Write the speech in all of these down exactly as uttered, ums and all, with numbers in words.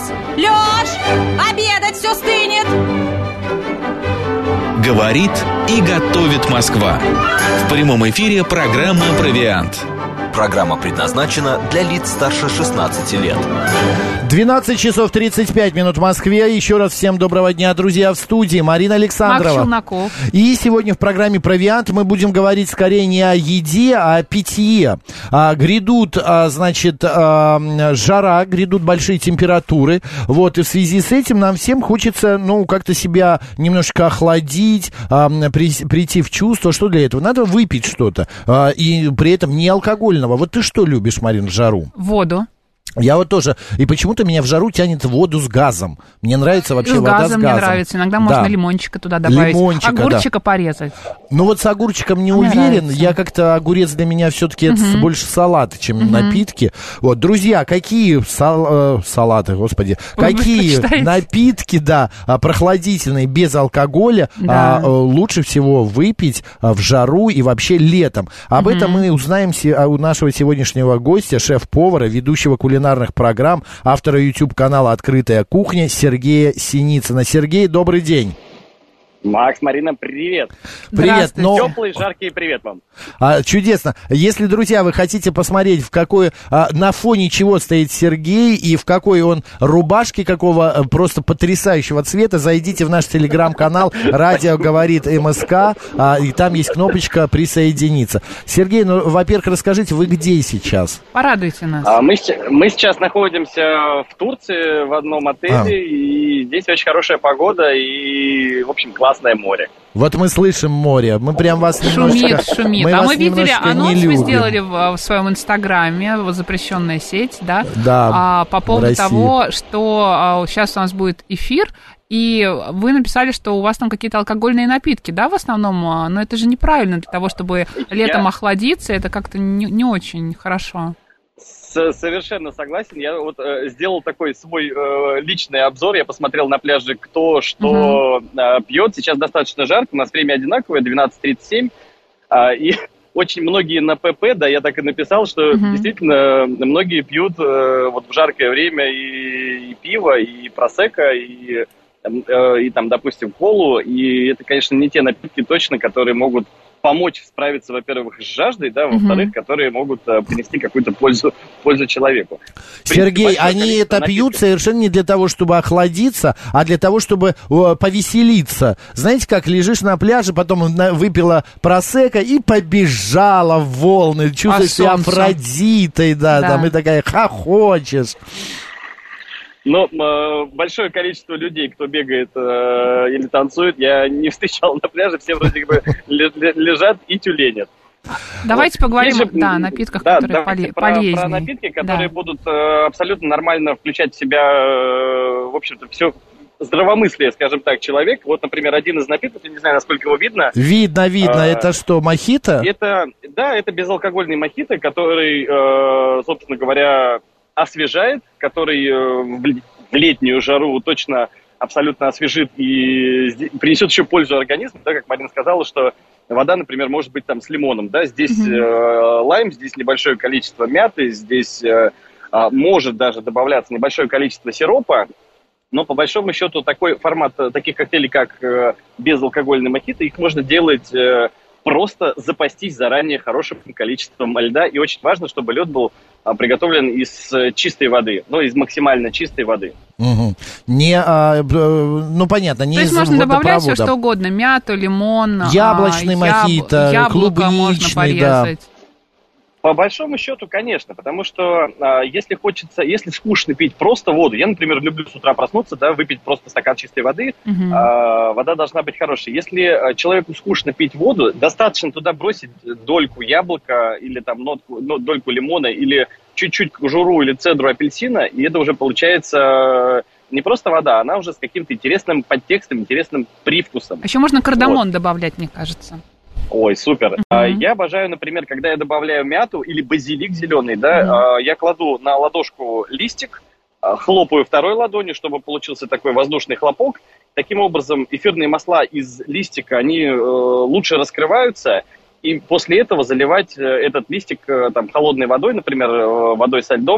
Лёш, обедать все стынет. Говорит и готовит Москва. В прямом эфире программа «Провиант». Программа предназначена для лиц старше шестнадцати лет. двенадцать часов тридцать пять минут в Москве. Еще раз всем доброго дня, друзья, в студии Марина Александрова. Макс Челноков. И сегодня в программе «Провиант» мы будем говорить скорее не о еде, а о питье. А, грядут, а, значит, а, жара, грядут большие температуры. Вот, и в связи с этим нам всем хочется, ну, как-то себя немножко охладить, а, при, прийти в чувство. Что для этого? Надо выпить что-то. А, и при этом не алкогольного. Вот ты что любишь, Марин, в жару? Воду. Я вот тоже. И почему-то меня в жару тянет воду с газом. Мне нравится вообще с вода газом с газом. Мне нравится. Иногда можно да. лимончика туда добавить. Лимончика, огурчика да. порезать. Ну вот с огурчиком не Мне уверен. нравится. Я как-то огурец для меня все-таки uh-huh. это больше салат, чем uh-huh. напитки. Вот, друзья, какие сал, э, салаты, господи, Вы какие напитки, да, прохладительные без алкоголя да. а, лучше всего выпить в жару и вообще летом. Об uh-huh. этом мы узнаем у нашего сегодняшнего гостя, шеф-повара, ведущего кулинарных программ, автора YouTube-канала «Открытая кухня» Сергея Синицына. Сергей, добрый день. Макс, Марина, привет. Привет. Но... Теплый, жаркий привет вам. А, чудесно. Если, друзья, вы хотите посмотреть, в какой, а, на фоне чего стоит Сергей и в какой он рубашке, какого а, просто потрясающего цвета, зайдите в наш телеграм-канал «Радио говорит МСК», а, и там есть кнопочка «Присоединиться». Сергей, ну, во-первых, расскажите, вы где сейчас? Порадуйте нас. А, мы, мы сейчас находимся в Турции в одном отеле, а. и здесь очень хорошая погода и, в общем, классное море. Вот мы слышим море, мы прям вас немножечко... Шумит, шумит. Мы а вас мы видели анонс, вы сделали в, в своем инстаграме, вот запрещенная сеть, да? Да, а, по поводу того, что а, сейчас у нас будет эфир, и вы написали, что у вас там какие-то алкогольные напитки, да, в основном? Но это же неправильно для того, чтобы летом Я... охладиться, это как-то не, не очень хорошо. Совершенно согласен. Я вот э, сделал такой свой э, личный обзор. Я посмотрел на пляже, кто что uh-huh. э, пьет. Сейчас достаточно жарко. У нас время одинаковое, двенадцать тридцать семь. Э, и очень многие на ПП, да, я так и написал, что uh-huh. действительно многие пьют э, вот в жаркое время и, и пиво, и просекко, и, э, и там, допустим, колу. И это, конечно, не те напитки точно, которые могут помочь справиться, во-первых, с жаждой, да, во-вторых, uh-huh. которые могут а, принести какую-то пользу, пользу человеку. Сергей, они это пьют совершенно не для того, чтобы охладиться, а для того, чтобы о, повеселиться. Знаете, как лежишь на пляже, потом на, выпила просекко и побежала в волны, чувствуешь себя Афродитой, да, да, там, и такая хохочешь. Но э, большое количество людей, кто бегает э, или танцует, я не встречал на пляже, все вроде бы лежат и тюленят. Давайте вот. поговорим же, да, о напитках, да, которые поле- про, полезнее. Про напитки, которые да. будут э, абсолютно нормально включать в себя, э, в общем-то, все здравомыслие, скажем так, человек. Вот, например, один из напитков, я не знаю, насколько его видно. Видно, видно. А, это что, мохито? Это, да, это безалкогольный мохито, который, э, собственно говоря, освежает, который э, в летнюю жару точно абсолютно освежит и принесет еще пользу организму, да, как Марина сказала, что вода, например, может быть там с лимоном, да, здесь mm-hmm. э, лайм, здесь небольшое количество мяты, здесь э, э, может даже добавляться небольшое количество сиропа, но по большому счету такой формат таких коктейлей, как э, безалкогольный мохито, их можно делать э, просто запастись заранее хорошим количеством льда, и очень важно, чтобы лед был а, приготовлен из чистой воды, ну, из максимально чистой воды. Угу. Не, а, ну, понятно, не То из есть можно добавлять все, водопровода. что угодно, мяту, лимон, яблочный а, мохито, яб... клубничный, можно порезать. Да. По большому счету, конечно, потому что а, если хочется, если скучно пить просто воду, я, например, люблю с утра проснуться, да, выпить просто стакан чистой воды, uh-huh. а, вода должна быть хорошей. Если человеку скучно пить воду, достаточно туда бросить дольку яблока или там нотку, ну, дольку лимона или чуть-чуть кожуру или цедру апельсина, и это уже получается не просто вода, она уже с каким-то интересным подтекстом, интересным привкусом. А еще можно кардамон вот. добавлять, мне кажется. Ой, супер. Uh-huh. Я обожаю, например, когда я добавляю мяту или базилик зеленый, да, uh-huh. я кладу на ладошку листик, хлопаю второй ладонью, чтобы получился такой воздушный хлопок. Таким образом, эфирные масла из листика, они э, лучше раскрываются, и после этого заливать этот листик э, там, холодной водой, например, э, водой со льдом,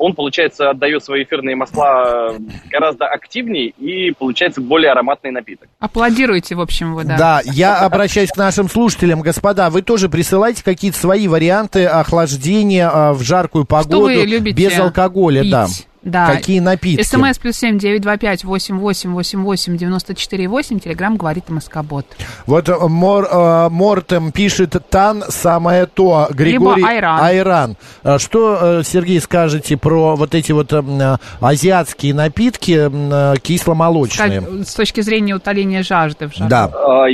он, получается, отдает свои эфирные масла гораздо активнее и получается более ароматный напиток. Аплодируйте, в общем, вы, да. Да, я обращаюсь к нашим слушателям. Господа, вы тоже присылайте какие-то свои варианты охлаждения а, в жаркую погоду. Что вы любите без алкоголя, пить? да. Да. Какие напитки? СМС плюс семь девять два пять восемь восемь восемь восемь девяносто четыре восемь. Телеграм говорит МСК-бот. Вот Мор, э, Мортем пишет «Тан» самое то. Григорий Либо айран. айран. А что, э, Сергей, скажете про вот эти вот э, азиатские напитки э, кисломолочные? С, с точки зрения утоления жажды в жару. Да.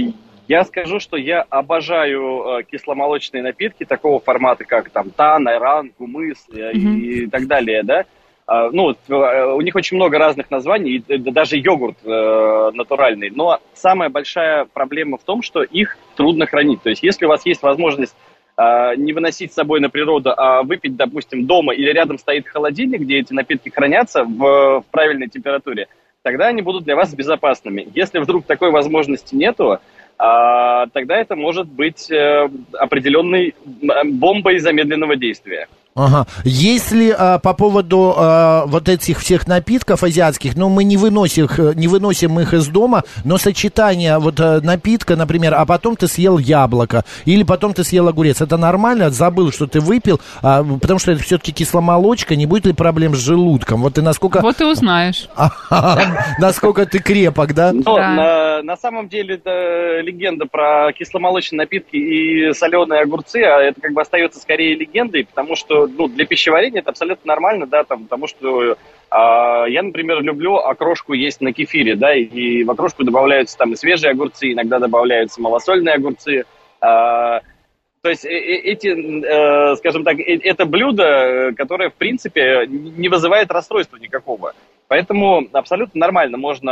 Я скажу, что я обожаю кисломолочные напитки такого формата, как там тан, айран, кумыс mm-hmm. и так далее, да. Ну, у них очень много разных названий, даже йогурт э, натуральный. Но самая большая проблема в том, что их трудно хранить. То есть, если у вас есть возможность э, не выносить с собой на природу, а выпить, допустим, дома, или рядом стоит холодильник, где эти напитки хранятся в, в правильной температуре, тогда они будут для вас безопасными. Если вдруг такой возможности нету, а, тогда это может быть э, определенной бомбой замедленного действия. Ага. Если а, по поводу а, вот этих всех напитков азиатских, ну, мы не выносим, их, не выносим их из дома, но сочетание вот а, напитка, например, а потом ты съел яблоко, или потом ты съел огурец, это нормально? Забыл, что ты выпил, а, потому что это все-таки кисломолочка, не будет ли проблем с желудком? Вот ты насколько... Вот и узнаешь. Насколько ты крепок, да? На самом деле, это легенда про кисломолочные напитки и соленые огурцы, а это как бы остается скорее легендой, потому что ну, для пищеварения это абсолютно нормально, да, там, потому что а, я, например, люблю окрошку есть на кефире, да, и, и в окрошку добавляются там и свежие огурцы, иногда добавляются малосольные огурцы. А, то есть э, эти, э, скажем так, э, это блюдо, которое, в принципе, не вызывает расстройства никакого. Поэтому абсолютно нормально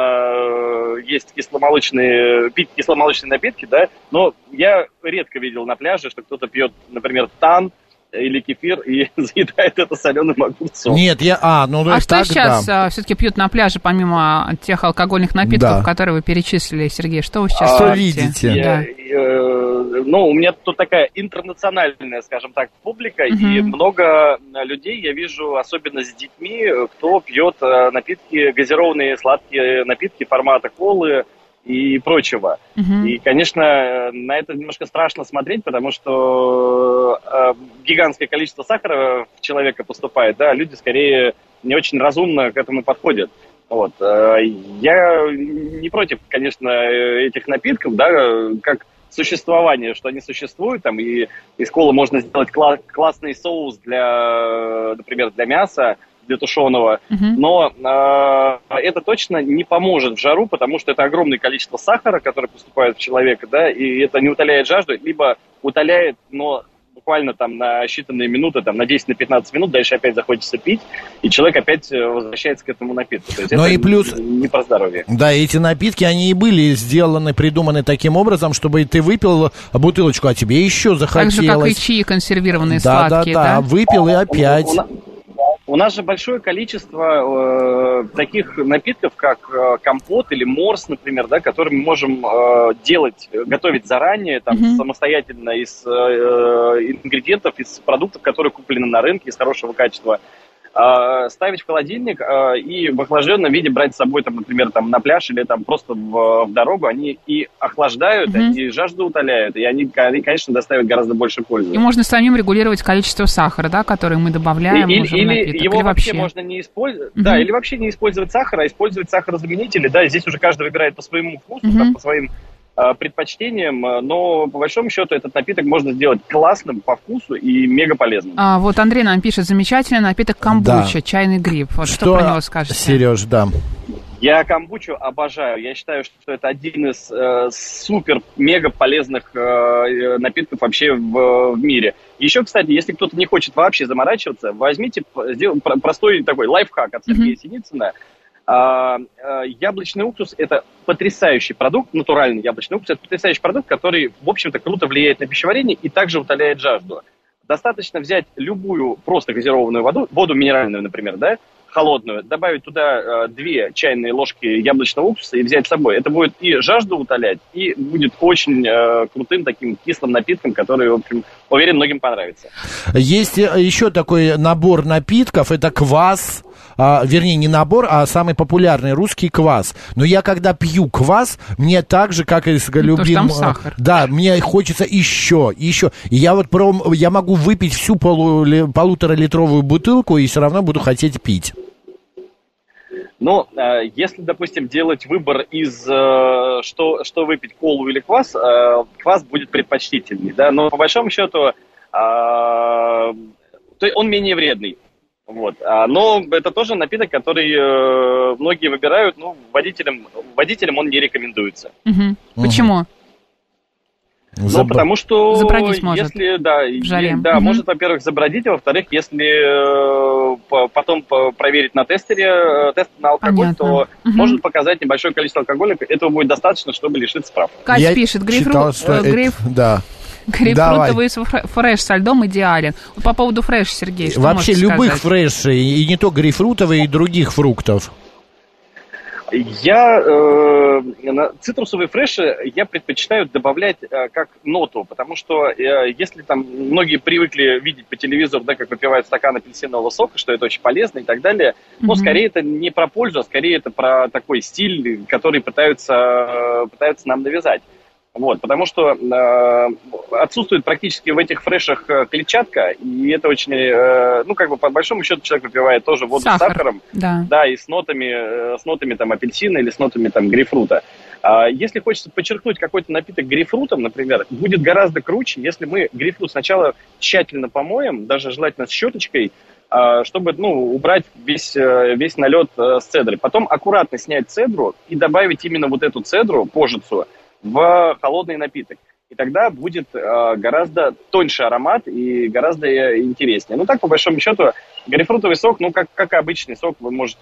можно есть кисломолочные, пить кисломолочные напитки, да, но я редко видел на пляже, что кто-то пьет, например, тан или кефир и заедает это соленым огурцом. Нет, я... А, ну, а так, что сейчас да. все-таки пьют на пляже, помимо тех алкогольных напитков, да. которые вы перечислили, Сергей? Что вы сейчас Что а, видите? Я, да. э, ну, у меня тут такая интернациональная, скажем так, публика, uh-huh. и много людей я вижу, особенно с детьми, кто пьет напитки, газированные сладкие напитки формата колы и прочего. Uh-huh. И, конечно, на это немножко страшно смотреть, потому что э, гигантское количество сахара в человека поступает, да, люди скорее не очень разумно к этому подходят. Вот. Э, я не против, конечно, этих напитков, да, как существование, что они существуют, там, и из колы можно сделать кла- классный соус для, например, для мяса, для тушеного, uh-huh. но э, это точно не поможет в жару, потому что это огромное количество сахара, которое поступает в человека, да, и это не утоляет жажду, либо утоляет, но буквально там на считанные минуты, там на десять-пятнадцать минут, дальше опять захочется пить, и человек опять возвращается к этому напитку. То есть но это и плюс, не про здоровье. Да, эти напитки, они и были сделаны, придуманы таким образом, чтобы ты выпил бутылочку, а тебе еще захотелось. Так же, как и чаи консервированные да, сладкие, да? Да, да, выпил и опять. У нас же большое количество э, таких напитков, как э, компот или морс, например, да, которые мы можем э, делать, готовить заранее, там, uh-huh. самостоятельно из э, ингредиентов, из продуктов, которые куплены на рынке, из хорошего качества, э, ставить в холодильник э, и в охлажденном виде брать с собой, там, например, там, на пляж или там, просто в, в дорогу. Они и охлаждают, uh-huh. они жажду утоляют, и они, они, конечно, доставят гораздо больше пользы. И можно самим регулировать количество сахара, да, который мы добавляем и, уже или, в напиток. Его или вообще вообще можно не использовать. Uh-huh. Да, или вообще не использовать сахар, а использовать сахарозаменители. Да, здесь уже каждый выбирает по своему вкусу, Uh-huh. там, по своим э, предпочтениям, но по большому счету этот напиток можно сделать классным по вкусу и мега полезным. А, вот Андрей нам пишет: замечательный напиток камбуча, да. чайный гриб. Вот что, что про него скажете? Сереж, да. Я камбучу обожаю. Я считаю, что это один из э, супер-мега полезных э, напитков вообще в, в мире. Еще, кстати, если кто-то не хочет вообще заморачиваться, возьмите, сделайте простой такой лайфхак от Сергея mm-hmm. Синицына. А, а, яблочный уксус – это потрясающий продукт, натуральный яблочный уксус – это потрясающий продукт, который, в общем-то, круто влияет на пищеварение и также утоляет жажду. Достаточно взять любую просто газированную воду, воду минеральную, например, да, холодную, добавить туда э, две чайные ложки яблочного уксуса и взять с собой. Это будет и жажду утолять, и будет очень э, крутым таким кислым напитком, который, в общем, уверен, многим понравится. Есть еще такой набор напитков, это квас. А, вернее, не набор, а самый популярный русский квас. Но я, когда пью квас, мне так же, как и с любимым... там сахар. Да, мне хочется еще, еще. И я вот пром, я могу выпить всю полу, полуторалитровую бутылку и все равно буду хотеть пить. Ну, э, если, допустим, делать выбор из, э, что, что выпить, колу или квас, э, квас будет предпочтительней, да, но по большому счету э, то он менее вредный. Вот. А, но это тоже напиток, который э, многие выбирают, ну, водителям, водителям он не рекомендуется. Угу. Почему? Ну, Заб... потому что забродить может если, да, в жаре. Е, да, угу. может, во-первых, забродить, а во-вторых, если э, по, потом по, проверить на тестере, э, тест на алкоголь, Понятно. то угу. может показать небольшое количество алкоголя, этого будет достаточно, чтобы лишиться прав. Кать Я пишет, грейпфрут, читал, что э, это... грейп... Да. Грейпфрутовый фреш со льдом идеален. Вот по поводу фреш, Сергей, что Вообще можете любых сказать? фрешей, и не только грейпфрутовых, и других фруктов. Я э, на цитрусовые фреши я предпочитаю добавлять э, как ноту, потому что э, если там многие привыкли видеть по телевизору, да, как выпивают стакан апельсинового сока, что это очень полезно и так далее, но mm-hmm. скорее это не про пользу, а скорее это про такой стиль, который пытаются, э, пытаются нам навязать. Вот, потому что э, отсутствует практически в этих фрешах клетчатка, и это очень, э, ну, как бы, по большому счету, человек выпивает тоже воду Сахар, с сахаром, да. да, и с нотами, э, с нотами там апельсина или с нотами там грейпфрута. А если хочется подчеркнуть какой-то напиток грейпфрутом, например, будет гораздо круче, если мы грейпфрут сначала тщательно помоем, даже желательно с щеточкой, э, чтобы, ну, убрать весь, э, весь налет э, с цедры. Потом аккуратно снять цедру и добавить именно вот эту цедру, кожицу, в холодный напиток. И тогда будет э, гораздо тоньше аромат и гораздо интереснее. Ну так, по большому счету, грейпфрутовый сок, ну как, как обычный сок, вы можете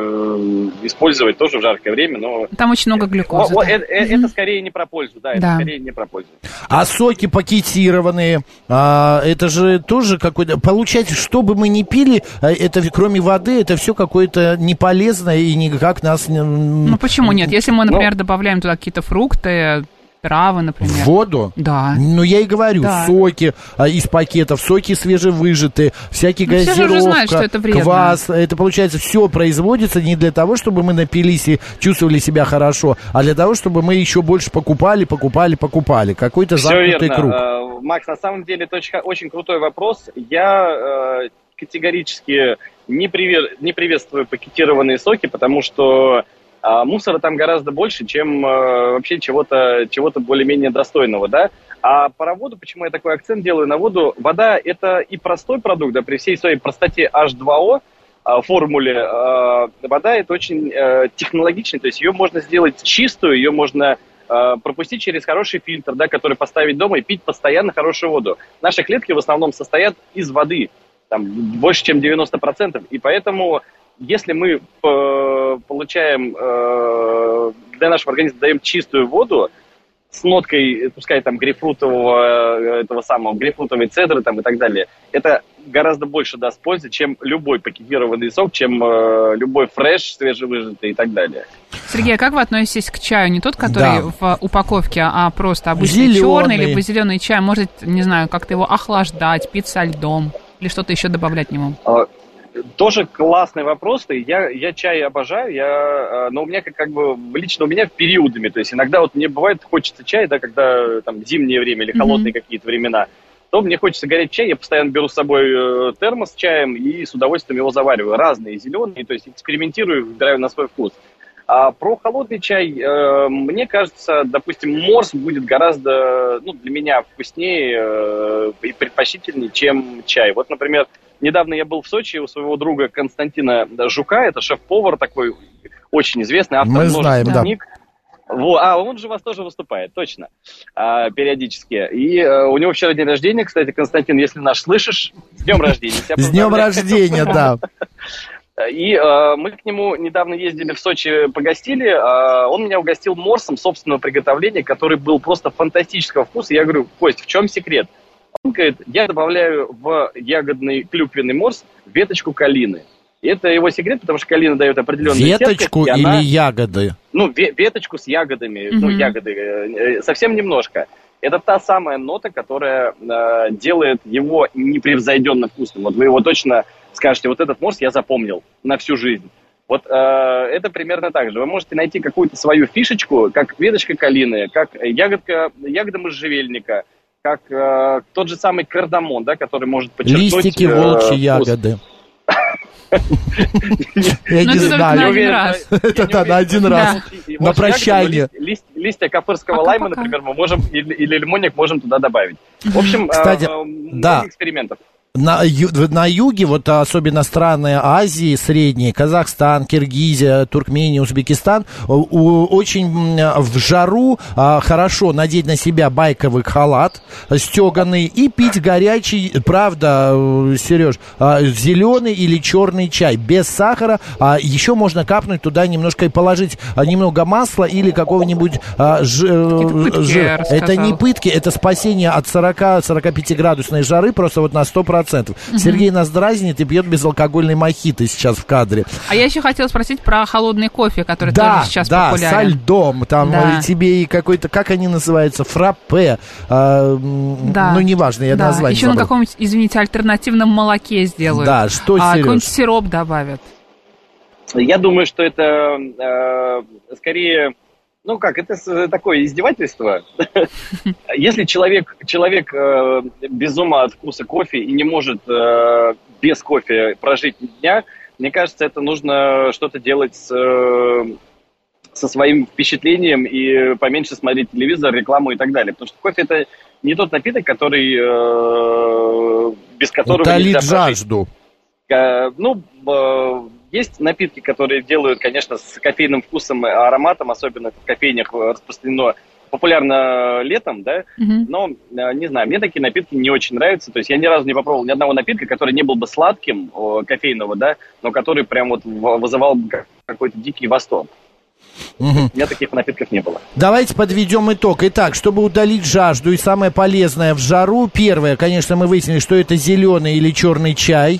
э, использовать тоже в жаркое время, но... Там очень много глюкозы. О, о, да. это, mm-hmm. это скорее не про пользу, да, да. это скорее не про пользу. А соки пакетированные, а, это же тоже какой-то... Получается, что бы мы ни пили, это кроме воды, это все какое-то неполезное и никак нас... Ну почему нет? Если мы, например, ну, добавляем туда какие-то фрукты, травы, например. В воду? Да. Ну, я и говорю, да. соки а, из пакетов, соки свежевыжатые, всякие ну, газировка, все же уже знают, что это вредно. Квас. Это, получается, все производится не для того, чтобы мы напились и чувствовали себя хорошо, а для того, чтобы мы еще больше покупали, покупали, покупали. Какой-то замкнутый круг. Uh, Макс, на самом деле, это очень, очень крутой вопрос. Я uh, категорически не, привер... не приветствую пакетированные соки, потому что А мусора там гораздо больше, чем э, вообще чего-то, чего-то более-менее достойного, да. А по воду, почему я такой акцент делаю на воду? Вода – это и простой продукт, да, при всей своей простоте эйч два о, э, формуле, э, вода – это очень э, технологичный, то есть ее можно сделать чистую, ее можно э, пропустить через хороший фильтр, да, который поставить дома и пить постоянно хорошую воду. Наши клетки в основном состоят из воды, там, больше, чем девяносто процентов, и поэтому... Если мы э, получаем, э, для нашего организма даем чистую воду с ноткой, пускай там грейпфрутового, этого самого, грейпфрутовой цедры там и так далее, это гораздо больше даст пользы, чем любой пакетированный сок, чем э, любой фреш свежевыжатый и так далее. Сергей, а как вы относитесь к чаю? Не тот, который да. в упаковке, а просто обычный зеленый. черный, либо зеленый чай. Может, не знаю, как-то его охлаждать, пить со льдом или что-то еще добавлять к нему? Тоже классный вопрос. Я, я чай обожаю, я, но у меня как, как бы лично у меня периодами. То есть иногда вот мне бывает хочется чай, да, когда там зимнее время или холодные mm-hmm. какие-то времена, то мне хочется горячий чай. Я постоянно беру с собой термос с чаем и с удовольствием его завариваю. Разные, зеленые, то есть экспериментирую, выбираю на свой вкус. А про холодный чай, э, мне кажется, допустим, морс будет гораздо, ну, для меня вкуснее э, и предпочтительнее, чем чай. Вот, например, недавно я был в Сочи у своего друга Константина Жука, это шеф-повар такой, очень известный, автор Мы знаем, да. книг. Во, а, он же у вас тоже выступает, точно, а, периодически. И а, у него вчера день рождения, кстати, Константин, если нас слышишь, с днем рождения. С днем рождения, да. И э, мы к нему недавно ездили в Сочи, погостили. Э, он меня угостил морсом собственного приготовления, который был просто фантастического вкуса. Я говорю: Кость, в чем секрет? Он говорит: я добавляю в ягодный клюквенный морс веточку калины. И это его секрет, потому что калина дает определенную веточку терпкость, или она, ягоды? Ну, ве- веточку с ягодами, mm-hmm. ну, ягоды, э, совсем немножко. Это та самая нота, которая э, делает его непревзойденно вкусным. Вот вы его точно скажете, вот этот морс я запомнил на всю жизнь. Вот э, это примерно так же. Вы можете найти какую-то свою фишечку, как веточка калины, как ягодка, ягода можжевельника, как э, тот же самый кардамон, да, который может подчеркнуть... Листики волчьи ягоды. Я не знаю. Это да, на один раз. На прощание. Листья кафырского лайма, например, мы можем, или лимонник можем туда добавить. В общем, много экспериментов. На, ю, на юге, вот особенно страны Азии средней, Казахстан, Киргизия, Туркмения, Узбекистан, у, очень в жару а, хорошо надеть на себя байковый халат стеганый и пить горячий, правда, Сереж, а, зеленый или черный чай без сахара. А еще можно капнуть туда немножко и положить а, немного масла или какого-нибудь а, ж, жира. Это не пытки, это спасение от сорок-сорок пять градусной жары просто вот на сто процентов. Угу. Сергей нас дразнит и пьет безалкогольный мохито сейчас в кадре. А я еще хотела спросить про холодный кофе, который да, тоже сейчас да, популярен. Да, со льдом. Там да. тебе и какой-то, как они называются, фраппе. А, да. Ну, неважно, я да. название Еще забыл. на каком-нибудь, извините, альтернативном молоке сделают. Да, что, а, Сереж? Какой-нибудь сироп добавят. Я думаю, что это э, скорее... Ну как, это такое издевательство. Если человек, человек э, без ума от вкуса кофе и не может э, без кофе прожить дня, мне кажется, это нужно что-то делать с, э, со своим впечатлением и поменьше смотреть телевизор, рекламу и так далее. Потому что кофе это не тот напиток, который э, без которого утолит жажду. Э, ну, э, есть напитки, которые делают, конечно, с кофейным вкусом и ароматом, особенно в кофейнях распространено, популярно летом, да, mm-hmm. но, не знаю, мне такие напитки не очень нравятся, то есть я ни разу не попробовал ни одного напитка, который не был бы сладким, кофейного, да, но который прям вот вызывал какой-то дикий восторг. Угу. У меня таких напитков не было. Давайте подведем итог. Итак, чтобы удалить жажду и самое полезное в жару, первое, конечно, мы выяснили, что это зеленый или черный чай,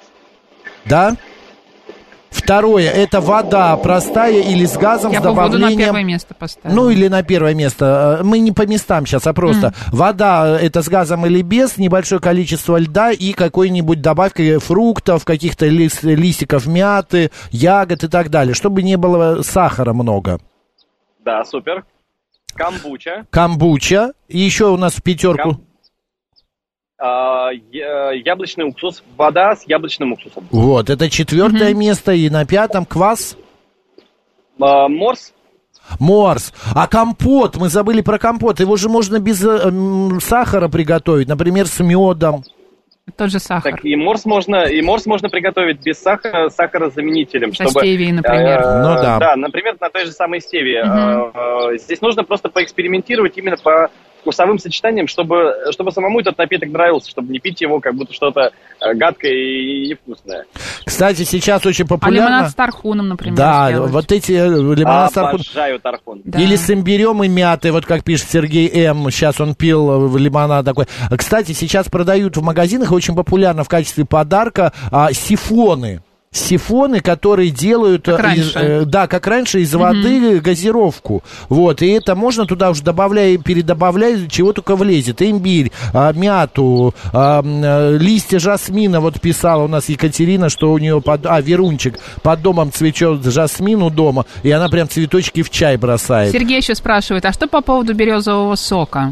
да? Второе, это вода простая или с газом, Я с добавлением... Я бы воду на первое место поставила. Ну, или на первое место. Мы не по местам сейчас, а просто. Mm. Вода, это с газом или без, небольшое количество льда и какой-нибудь добавкой фруктов, каких-то лист, листиков мяты, ягод и так далее, чтобы не было сахара много. Да, супер. Камбуча. Камбуча. И еще у нас в пятерку... Кам... яблочный уксус, вода с яблочным уксусом. Вот, это четвертое mm-hmm. место. И на пятом квас? А, морс. Морс. А компот, мы забыли про компот. Его же можно без э, сахара приготовить, например, с медом. Тот же сахар. Так и морс можно, и морс можно приготовить без сахара, сахарозаменителем. Со чтобы, стевией, например. Э, ну да. Да, например, на той же самой стевии. Mm-hmm. Э, здесь нужно просто поэкспериментировать именно по вкусовым сочетанием, чтобы, чтобы самому этот напиток нравился, чтобы не пить его как будто что-то гадкое и невкусное. Кстати, сейчас очень популярно... А лимонад с тархуном, например, да, сделать. Вот эти лимонад с тархуном. Обожаю тархун. Да. Или с имбирем и мятой, вот как пишет Сергей М. Сейчас он пил лимонад такой. Кстати, сейчас продают в магазинах, очень популярно в качестве подарка, а, сифоны. Сифоны, которые делают, как из, э, да, как раньше, из воды mm-hmm. газировку. Вот, и это можно туда уже добавляя, передобавляя, чего только влезет. Имбирь, а, мяту, а, листья жасмина. Вот писала у нас Екатерина, что у нее, под, а, Верунчик, под домом цветет жасмин у дома, и она прям цветочки в чай бросает. Сергей еще спрашивает, а что по поводу березового сока?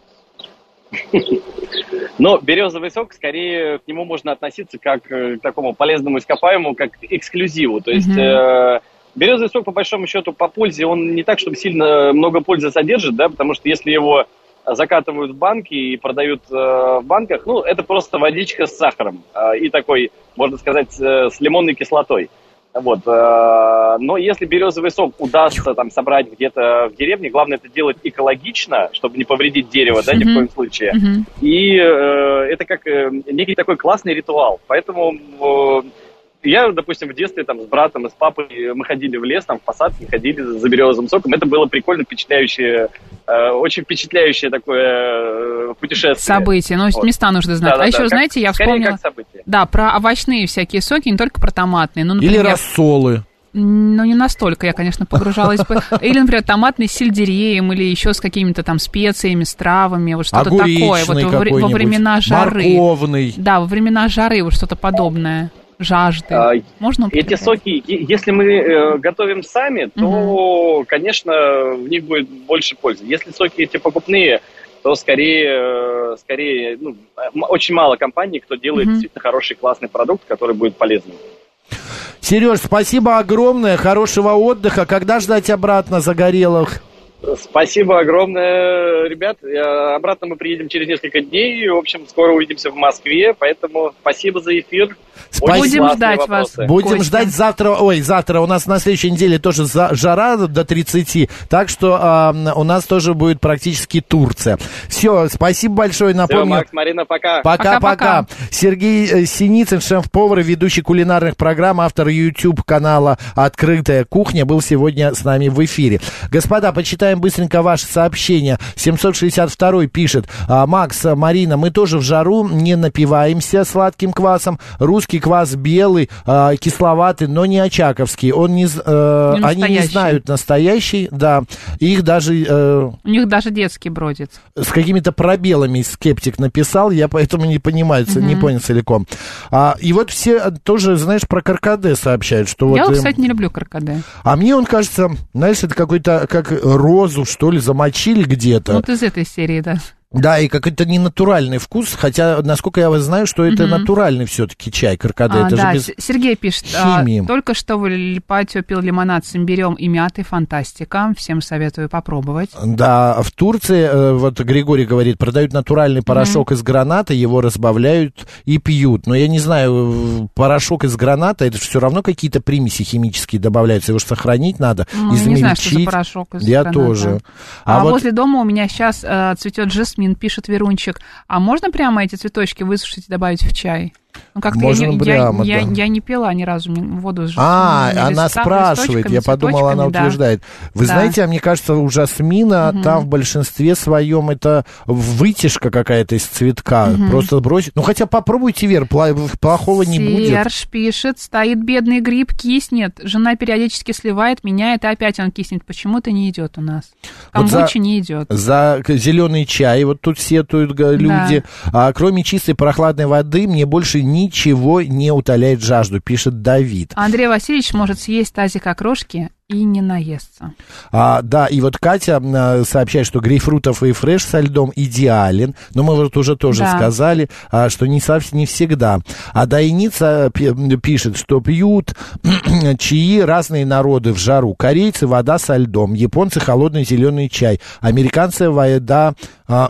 Но березовый сок, скорее, к нему можно относиться как к такому полезному ископаемому, как к эксклюзиву. То есть mm-hmm. э, березовый сок, по большому счету, по пользе, он не так, чтобы сильно много пользы содержит, да, потому что если его закатывают в банки и продают э, в банках, ну, это просто водичка с сахаром э, и такой, можно сказать, э, с лимонной кислотой. Вот. Но если березовый сок удастся там собрать где-то в деревне, главное это делать экологично, чтобы не повредить дерево, да, ни в коем случае. И э, это как э, некий такой классный ритуал. Поэтому э, Я, допустим, в детстве там с братом и с папой мы ходили в лес, там в посадке, ходили за березовым соком. Это было прикольно, впечатляющее, э, очень впечатляющее такое э, путешествие. События, ну, вот. Места нужно знать. Да, а да, еще, да, знаете, как, я вспомнила... Как события. Да, про овощные всякие соки, не только про томатные. Ну, например, или рассолы. Ну, не настолько я, конечно, погружалась бы. Или, например, томатный с сельдереем, или еще с какими-то там специями, с травами, вот что-то такое. Вот во, во времена жары. Морковный. Да, во времена жары вот что-то подобное. Жажды. А, можно эти соки, если мы э, готовим сами, то, угу. конечно, в них будет больше пользы. Если соки эти покупные, то скорее, скорее ну, очень мало компаний, кто делает угу. действительно хороший, классный продукт, который будет полезным. Сереж, спасибо огромное, хорошего отдыха. Когда ждать обратно Загорелых? Спасибо огромное, ребят. Обратно мы приедем через несколько дней. В общем, скоро увидимся в Москве, поэтому спасибо за эфир. Будем ждать вопросы. вас. Будем Костя. ждать завтра. Ой, завтра у нас на следующей неделе тоже за, жара до тридцати, так что э, у нас тоже будет практически Турция. Все, спасибо большое. Напомню. Все, Макс, Марина, пока. Пока-пока. Сергей Синицын, шеф-повар, ведущий кулинарных программ, автор YouTube-канала «Открытая кухня», был сегодня с нами в эфире. Господа, почитаем быстренько ваши сообщения. семьсот шестьдесят два пишет: Макс, Марина, мы тоже в жару не напиваемся сладким квасом. Русский квас белый, э, кисловатый, но не очаковский. Он не, э, не они не знают настоящий, да. Их даже... Э, У них даже детский бродит. С какими-то пробелами скептик написал, я поэтому не понимаю, угу. не понял целиком. А, и вот все тоже, знаешь, про каркаде сообщают, что я, вот... Я, кстати, не люблю каркаде. А мне он кажется, знаешь, это какой-то, как розу, что ли, замочили где-то. Вот из этой серии, да. Да, и какой-то ненатуральный вкус, хотя, насколько я знаю, что это mm-hmm. натуральный все-таки чай, каркаде. А, это да, же без Сергей пишет, химии. А, только что в Патио пил лимонад с имбирем и мятой, фантастика, всем советую попробовать. Да, в Турции, вот Григорий говорит, продают натуральный порошок mm-hmm. из граната, его разбавляют и пьют. Но я не знаю, порошок из граната, это же все равно какие-то примеси химические добавляются, его же сохранить надо, ну, измельчить. Я не знаю, что за порошок из я граната. Я тоже. А, а вот... возле дома у меня сейчас э, цветет жасмин, пишет Верунчик. А можно прямо эти цветочки высушить и добавить в чай? Ну, как-то можно я, прямо, я, да. я, я не пила ни разу воду. А, она листа, спрашивает, я подумала, она да. утверждает. Вы да. знаете, а мне кажется, у жасмина угу. там в большинстве своем это вытяжка какая-то из цветка. Угу. Просто бросить. Ну, хотя попробуйте, Вер, плохого не будет. Серж пишет, стоит бедный гриб, киснет. Жена периодически сливает, меняет, и опять он киснет. Почему-то не идет у нас. Камбучи вот не идет. За зеленый чай вот тут сетуют люди. Да. А, кроме чистой прохладной воды, мне больше ничего не утоляет жажду, пишет Давид. Андрей Васильевич может съесть тазик окрошки и не наесться. А, да, и вот Катя а, сообщает, что грейпфрутов и фреш со льдом идеален, но мы вот уже тоже да. сказали, а, что не совсем не всегда. А Дайница пишет, что пьют чаи разные народы в жару. Корейцы вода со льдом, японцы холодный зеленый чай, американцы вода... А,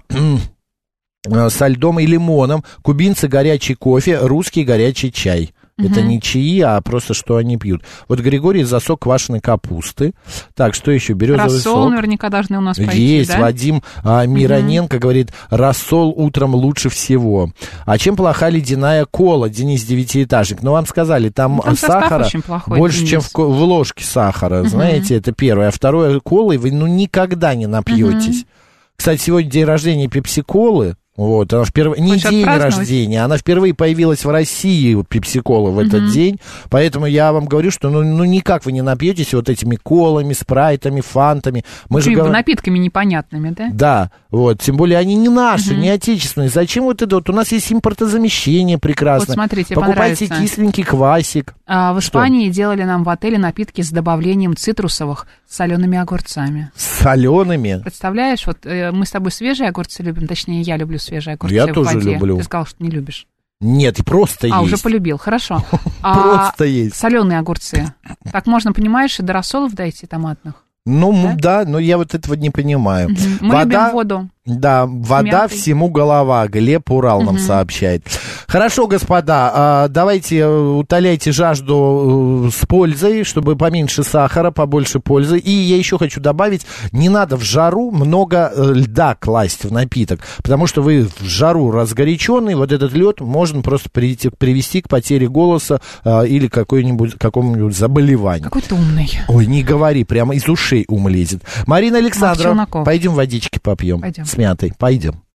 со льдом и лимоном, кубинцы горячий кофе, русский горячий чай. Угу. Это не чаи, а просто что они пьют. Вот Григорий за сок квашеной капусты. Так, что еще? Березовый рассол сок. наверняка должны у нас пойти, Есть, да? Вадим а, Мироненко угу. говорит, рассол утром лучше всего. А чем плоха ледяная кола, Денис Девятиэтажник? Ну, вам сказали, там, ну, там сахара плохой, больше, Денис. чем в, в ложке сахара. Угу. Знаете, это первое. А второе, колой вы ну никогда не напьетесь. Угу. Кстати, сегодня день рождения пепси-колы. Вот, она впервые, не Хочешь день рождения, она впервые появилась в России, пепси-кола, в этот mm-hmm. день, поэтому я вам говорю, что ну, ну никак вы не напьетесь вот этими колами, спрайтами, фантами. Мы же говор... напитками непонятными, да? Да, вот, тем более они не наши, mm-hmm. не отечественные. Зачем вот это вот? У нас есть импортозамещение прекрасное. Вот смотрите, покупайте понравится. Кисленький квасик. А, в Испании что? Делали нам в отеле напитки с добавлением цитрусовых с солеными огурцами. С солеными? Представляешь, вот э, мы с тобой свежие огурцы любим, точнее, я люблю свежие огурцы я в тоже воде. люблю. Ты сказал, что не любишь. Нет, просто есть. А, уже полюбил, хорошо. Просто есть. Соленые огурцы. Так можно, понимаешь, и до рассолов дойти томатных. Ну, да, но я вот этого не понимаю. Мы любим воду. Да, вода мятой. всему голова. Глеб Урал нам сообщает. Хорошо, господа, а, давайте утоляйте жажду с пользой, чтобы поменьше сахара, побольше пользы. И я еще хочу добавить, не надо в жару много льда класть в напиток, потому что вы в жару разгоряченный, вот этот лед можно просто привести, привести к потере голоса а, или какой-нибудь, какому-нибудь заболеванию. Какой ты умный. Ой, не говори, прямо из ушей ум лезет. Марина Александровна, пойдем водички попьем. Пойдем. С мятой, пойдем.